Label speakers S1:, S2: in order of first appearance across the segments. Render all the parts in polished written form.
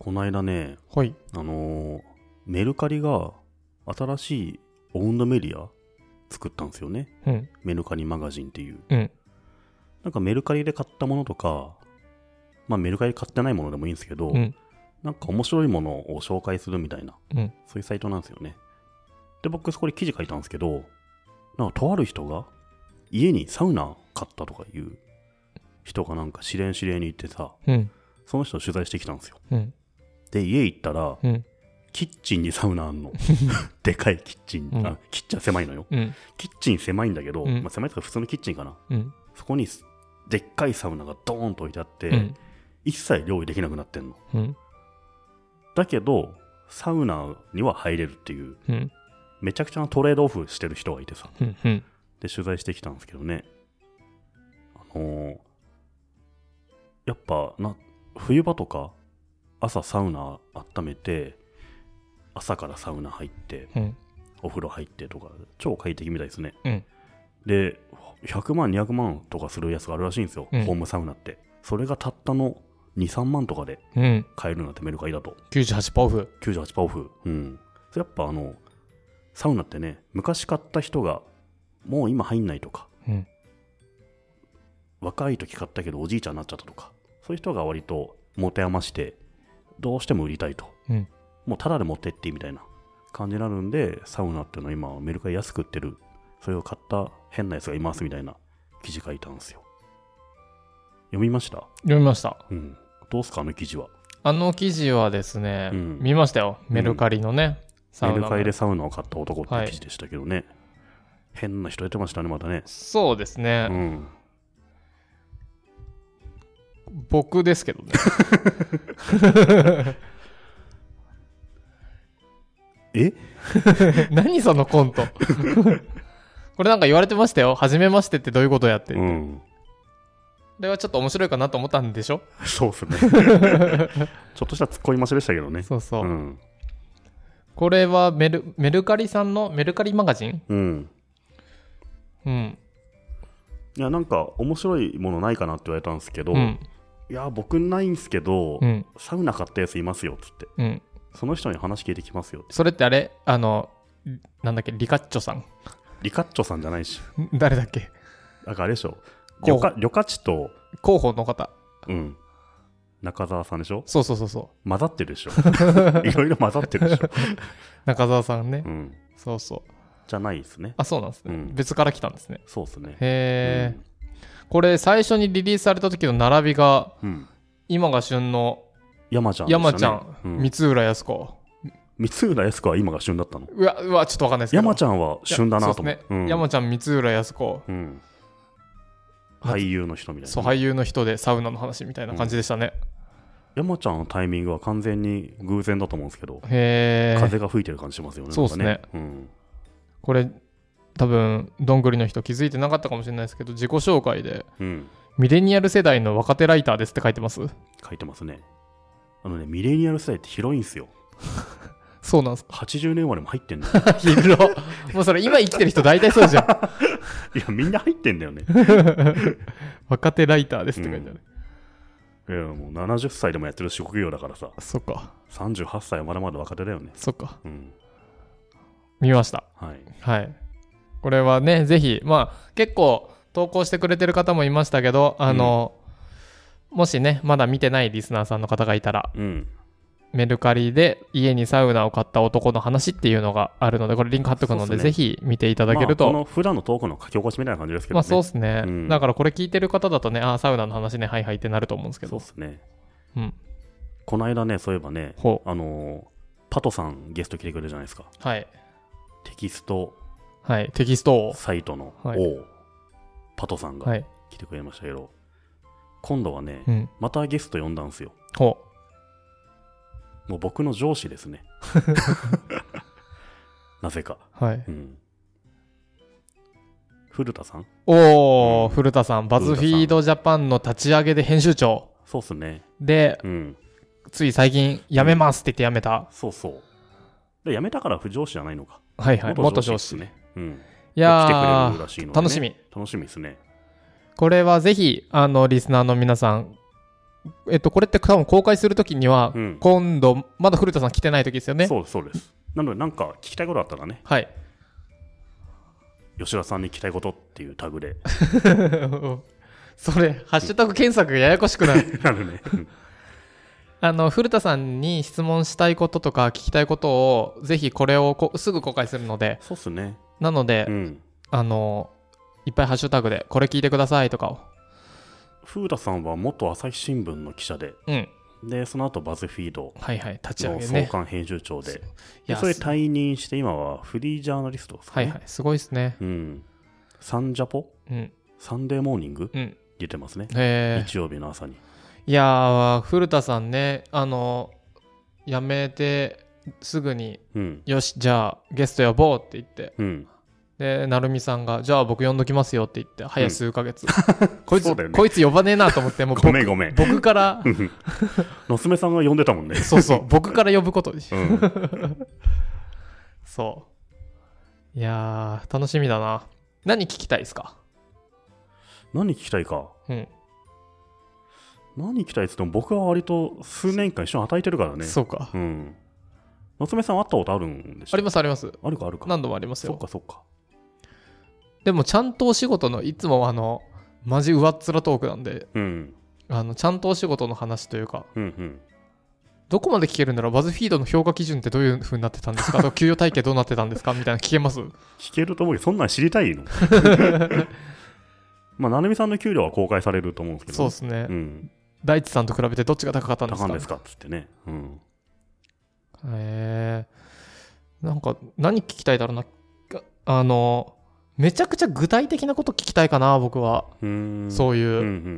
S1: この間ね、
S2: はい。
S1: メルカリが新しいオウンドメディア作ったんですよね。
S2: うん。
S1: メルカリマガジンっていう。
S2: うん。
S1: なんかメルカリで買ったものとか、まあメルカリで買ってないものでもいいんですけど、
S2: うん。
S1: なんか面白いものを紹介するみたいな、
S2: うん。
S1: そういうサイトなんですよね。で、僕そこで記事書いたんですけど、なんかとある人が家にサウナ買ったとかいう人がなんか知り合いに行ってさ、
S2: うん。
S1: その人を取材してきたんですよ。
S2: うん。
S1: で、家行ったら、
S2: うん。
S1: キッチンにサウナあんの。でかいキッチン。
S2: うん、
S1: キッチンは狭いのよ。
S2: うん。
S1: キッチン狭いんだけど、
S2: うん
S1: まあ、狭いとか普通のキッチンかな。
S2: うん。
S1: そこにでっかいサウナがドーンと置いてあって、
S2: うん、
S1: 一切料理できなくなってんの。
S2: うん。
S1: だけど、サウナには入れるっていう、
S2: うん、
S1: めちゃくちゃなトレードオフしてる人がいてさ。
S2: うん。うん。
S1: で、取材してきたんですけどね。やっぱ冬場とか朝サウナ温めて朝からサウナ入って、
S2: うん、
S1: お風呂入ってとか超快適みたいですね、
S2: うん、
S1: で100万200万とかするやつがあるらしいんですよ、
S2: うん、
S1: ホームサウナって。それがたったの 2,3 万とかで買えるなんてメルカリだと
S2: 98% オフ。
S1: 98% オフ。それやっぱサウナってね、昔買った人がもう今入んないとか、
S2: うん、
S1: 若い時買ったけどおじいちゃんになっちゃったとか、そういう人が割と持て余してどうしても売りたいと、
S2: うん、
S1: もうタダで持ってってみたいな感じになるんで、サウナっていうのは今メルカリ安く売ってる、それを買った変なやつがいますみたいな記事書いたんですよ。読みました？
S2: 読みました。
S1: どうすかあの記事は。
S2: あの記事はですね、見ましたよ。メルカリのね、
S1: サウナメルカリでサウナを買った男って記事でしたけどね、変な人やってましたねまたね。
S2: そうですね、僕ですけどね。
S1: え
S2: 何そのコント。これなんか言われてましたよ。初めましてってどういうことやってって。これはちょっと面白いかなと思ったんでしょ。
S1: そうですね。ちょっとしたツッコミ増しでしたけどね。
S2: そうそう。これはメルカリさんのメルカリマガジン。
S1: いやなんか面白いものないかなって言われたんですけど、いや僕ないんすけど、サウナ買ったやついますよっつって、その人に話聞いてきますよって。
S2: それってあれなんだっけ、リカッチョさん。
S1: リカッチョさんじゃないし。
S2: 誰だっけ。
S1: なんかあれでしょ、リョカチと
S2: 広報の方。
S1: 中澤さんでしょ。
S2: そう
S1: 混ざってるでしょ。いろいろ混ざってるでしょ。
S2: 中澤さんね。そうそう
S1: じゃないですね。
S2: あ、そうなんですね、別から来たんですね。
S1: そうですね。
S2: へえ、これ最初にリリースされた時の並びが、今が旬の
S1: 山ちゃんでしたね。
S2: 山ちゃん、三浦靖子。
S1: 三浦靖子は今が旬だったの？
S2: うわちょっとわかんないですけど、
S1: 山ちゃんは旬だなと思って、
S2: 山ちゃん、三浦靖子、
S1: 俳優の人みたいな、
S2: そう、俳優の人でサウナの話みたいな感じでしたね。
S1: 山ちゃんのタイミングは完全に偶然だと思うんですけど、
S2: へー、
S1: 風が吹いてる感じしますよね。
S2: そうですね。これ多分どんぐりの人気づいてなかったかもしれないですけど、自己紹介で、ミレニアル世代の若手ライターですって書いてます。
S1: 書いてますね。ミレニアル世代って広いんですよ。
S2: そうなんですか。
S1: 80年生まれも入ってんの。
S2: 広もうそれ今生きてる人大体そうじゃん。
S1: いやみんな入ってんだよね。
S2: 若手ライターですって書いてある。
S1: いやもう70歳でもやってる職業だからさ。
S2: そっか。
S1: 38歳はまだまだ若手だよね。
S2: そっか。見ました。はい。これはね、ぜひ、まあ結構投稿してくれてる方もいましたけど、もしねまだ見てないリスナーさんの方がいたら、メルカリで家にサウナを買った男の話っていうのがあるので、これリンク貼っとくので、ぜひ見ていただけると。
S1: この普段のトークの書き起こしみたいな感じですけどね。
S2: そうですね、だからこれ聞いてる方だとね、サウナの話ね、はいはいってなると思うんですけど。
S1: そうですね。この間ね、そういえばね、パトさんゲスト来てくれるじゃないですか。テキストサイトの王、パトさんが来てくれましたけど、今度はね、またゲスト呼んだんですよ。もう僕の上司ですね。なぜか。古田さん。
S2: 古田さん、バズフィードジャパンの立ち上げで編集長。
S1: そうっすね。
S2: で、つい最近辞めますって言って辞めた。
S1: そうそう。で辞めたから不上司じゃないのか。
S2: 元上司ね。
S1: いやー、来てくれるらしいので、ね、
S2: 楽しみ
S1: ですね。
S2: これはぜひリスナーの皆さんこれって多分公開するときには、今度まだ古田さん来てないときですよね。
S1: そうですなのでなんか聞きたいことあったらね、
S2: はい、
S1: 吉田さんに聞きたいことっていうタグで
S2: それハッシュタグ検索がややこしくなる
S1: なるね
S2: 古田さんに質問したいこととか聞きたいことをぜひこれをすぐ公開するので、
S1: そうっすね。
S2: なので、いっぱいハッシュタグでこれ聞いてくださいとかを。
S1: 古田さんは元朝日新聞の記者で、でその後バズフィードの創刊編集長で、それ退任して今はフリージャーナリストですかね。
S2: すごいですね。
S1: サンジャポ、サンデーモーニング、出てますね。日曜日の朝に。
S2: いやー、古田さんね、辞めてすぐに、よしじゃあゲスト呼ぼうって言って、で成美さんがじゃあ僕呼んどきますよって言って早数ヶ月、こいつ呼ばねえなと思ってもう
S1: ごめん
S2: 僕から
S1: 娘さんが呼んでたもんね。
S2: そう僕から呼ぶことにそういやー楽しみだな。何聞きたいですか？
S1: 何聞きたいか、何聞きたいっつっても僕は割と数年間一緒に与えてるからね。
S2: そうか。
S1: 娘さん会ったことあるんでしょ？
S2: ありますあります。
S1: あるか
S2: 何度もありますよ。
S1: そっか。
S2: でもちゃんとお仕事のいつもマジ上っ面トークなんで、ちゃんとお仕事の話というか、どこまで聞けるんだろう。バズフィードの評価基準ってどういう風になってたんですかとか給与体系どうなってたんですかみたいな聞けます？
S1: 聞けると思うけどそんなん知りたいのまあ成美さんの給料は公開されると思うんですけど、
S2: そうですね、大地さんと比べてどっちが高かったんですか？
S1: 高いんですかっつってね。
S2: なんか何聞きたいだろうな。めちゃくちゃ具体的なこと聞きたいかな僕は。そういう、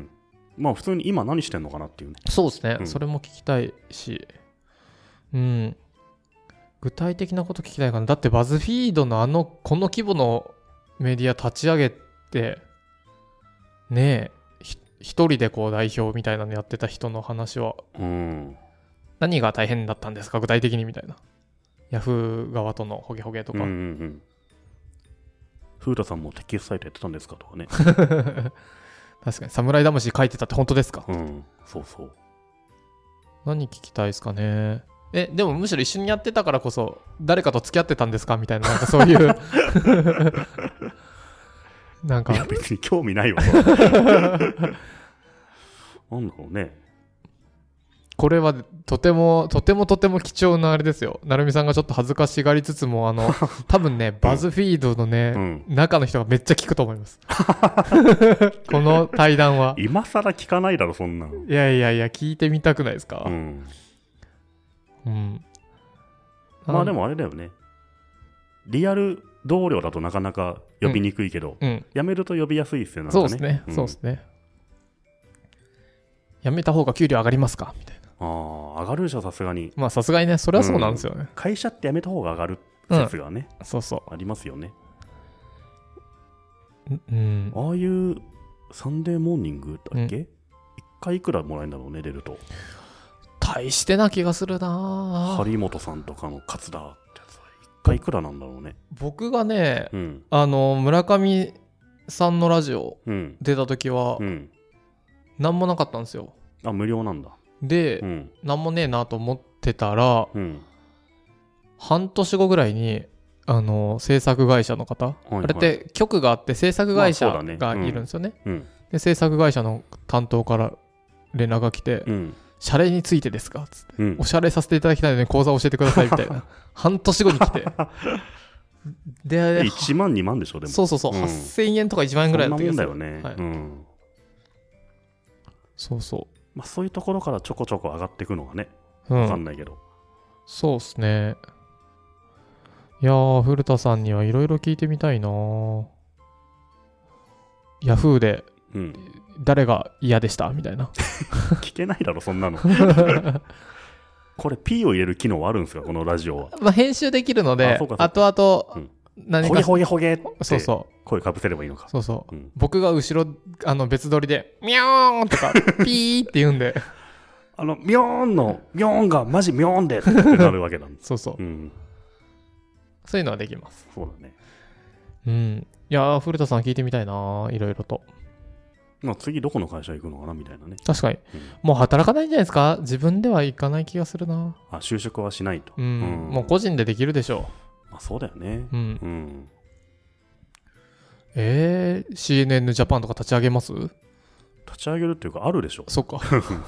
S1: まあ普通に今何してんのかなっていうね。
S2: そうですね、それも聞きたいし、具体的なこと聞きたいかな。だってバズフィードのこの規模のメディア立ち上げてねえ一人でこう代表みたいなのやってた人の話は、何が大変だったんですか具体的にみたいな。ヤフー側とのホゲホゲとか、
S1: 古田さんもテキストサイトやってたんですかとかね
S2: 確かに侍魂書いてたって本当ですか？
S1: そう
S2: 何聞きたいですかね。でもむしろ一緒にやってたからこそ誰かと付き合ってたんですかみたいな、なんかそういうなんか
S1: いや別に興味ないわなんだろうね。
S2: これはとても貴重なあれですよ。成美さんがちょっと恥ずかしがりつつも多分ねバズフィードのね、中の人がめっちゃ聞くと思いますこの対談は
S1: 今更聞かないだろそんなの。
S2: いや聞いてみたくないですか？
S1: まあでもあれだよね、リアル同僚だとなかなか呼びにくいけど、辞めると呼びやすいですよね。
S2: そうですね、そうですね。辞めた方が給料上がりますかみたいな。
S1: 上がるでしょさすがに。
S2: まあさすがにね、それはそうなんですよね。
S1: 会社って辞めた方が上がる説がね、
S2: そう
S1: ありますよね。
S2: あ
S1: あいうサンデーモーニングだっけ、1回いくらもらえるんだろうね出ると。
S2: 大してな気がするな。
S1: 張本さんとかの勝田ってやつは1回いくらなんだろうね。
S2: 僕がね、村上さんのラジオ出た時は、なんもなかったんですよ。
S1: 無料なんだ。
S2: で、なんもねえなと思ってたら、半年後ぐらいに制作会社の方、あれって局があって制作会社がいるんですよね。で制作会社の担当から連絡が来て、謝礼についてですかつって、お謝礼させていただきたいので口座を教えてくださいみたいな半年後に来て
S1: で1万2万でしょでも。
S2: そう、8000円とか1万円ぐらいだった気がする。
S1: そんなもんだよね。
S2: そう
S1: いうところからちょこちょこ上がっていくのがね、分かんないけど。
S2: そうっすね。いやー、古田さんにはいろいろ聞いてみたいな。ヤフーで、誰が嫌でしたみたいな
S1: 聞けないだろそんなのこれ P を入れる機能はあるんですかこのラジオは。
S2: 編集できるので後々、
S1: 何かほげほげって声かぶせればいいのか。僕が後ろ別撮りでミョーンとかピーって言うんでミョーンのミョーンがマジミョーンでってなるわけなんです。
S2: そういうのはできます。
S1: そうだね。
S2: いやー古田さん聞いてみたいないろいろと。
S1: まあ、次どこの会社行くのかなみたいなね。
S2: 確かに、もう働かないんじゃないですか。自分では行かない気がするな。
S1: 就職はしないと。
S2: もう個人でできるでしょ
S1: う。まあ、そうだよね。
S2: CNN ジャパンとか立ち上げます？
S1: 立ち上げるっていうかあるでしょ。
S2: そっか。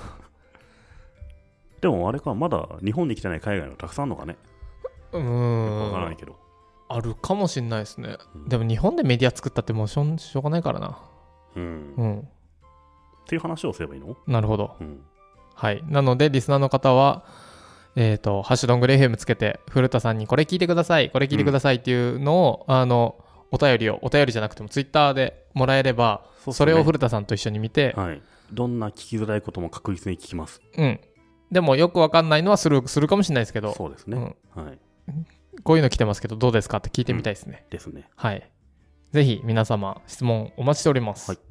S1: でもあれか、まだ日本に来てない海外のたくさんあるのかね。わからないけど。
S2: あるかもしれないですね。でも日本でメディア作ったってもうしょうがないからな。
S1: っていう話をすればいいの？
S2: なるほど。はい。なのでリスナーの方はハッシュドングレイフェムつけて古田さんにこれ聞いてください、これ聞いてくださいっていうのをお便りじゃなくてもツイッターでもらえれば、それを古田さんと一緒に見て、
S1: どんな聞きづらいことも確実に聞きます。
S2: でもよくわかんないのはするかもしれないですけど、
S1: そうですね。
S2: こういうの来てますけどどうですかって聞いてみたいですね。
S1: ですね。
S2: はい。ぜひ皆様質問お待ちしております。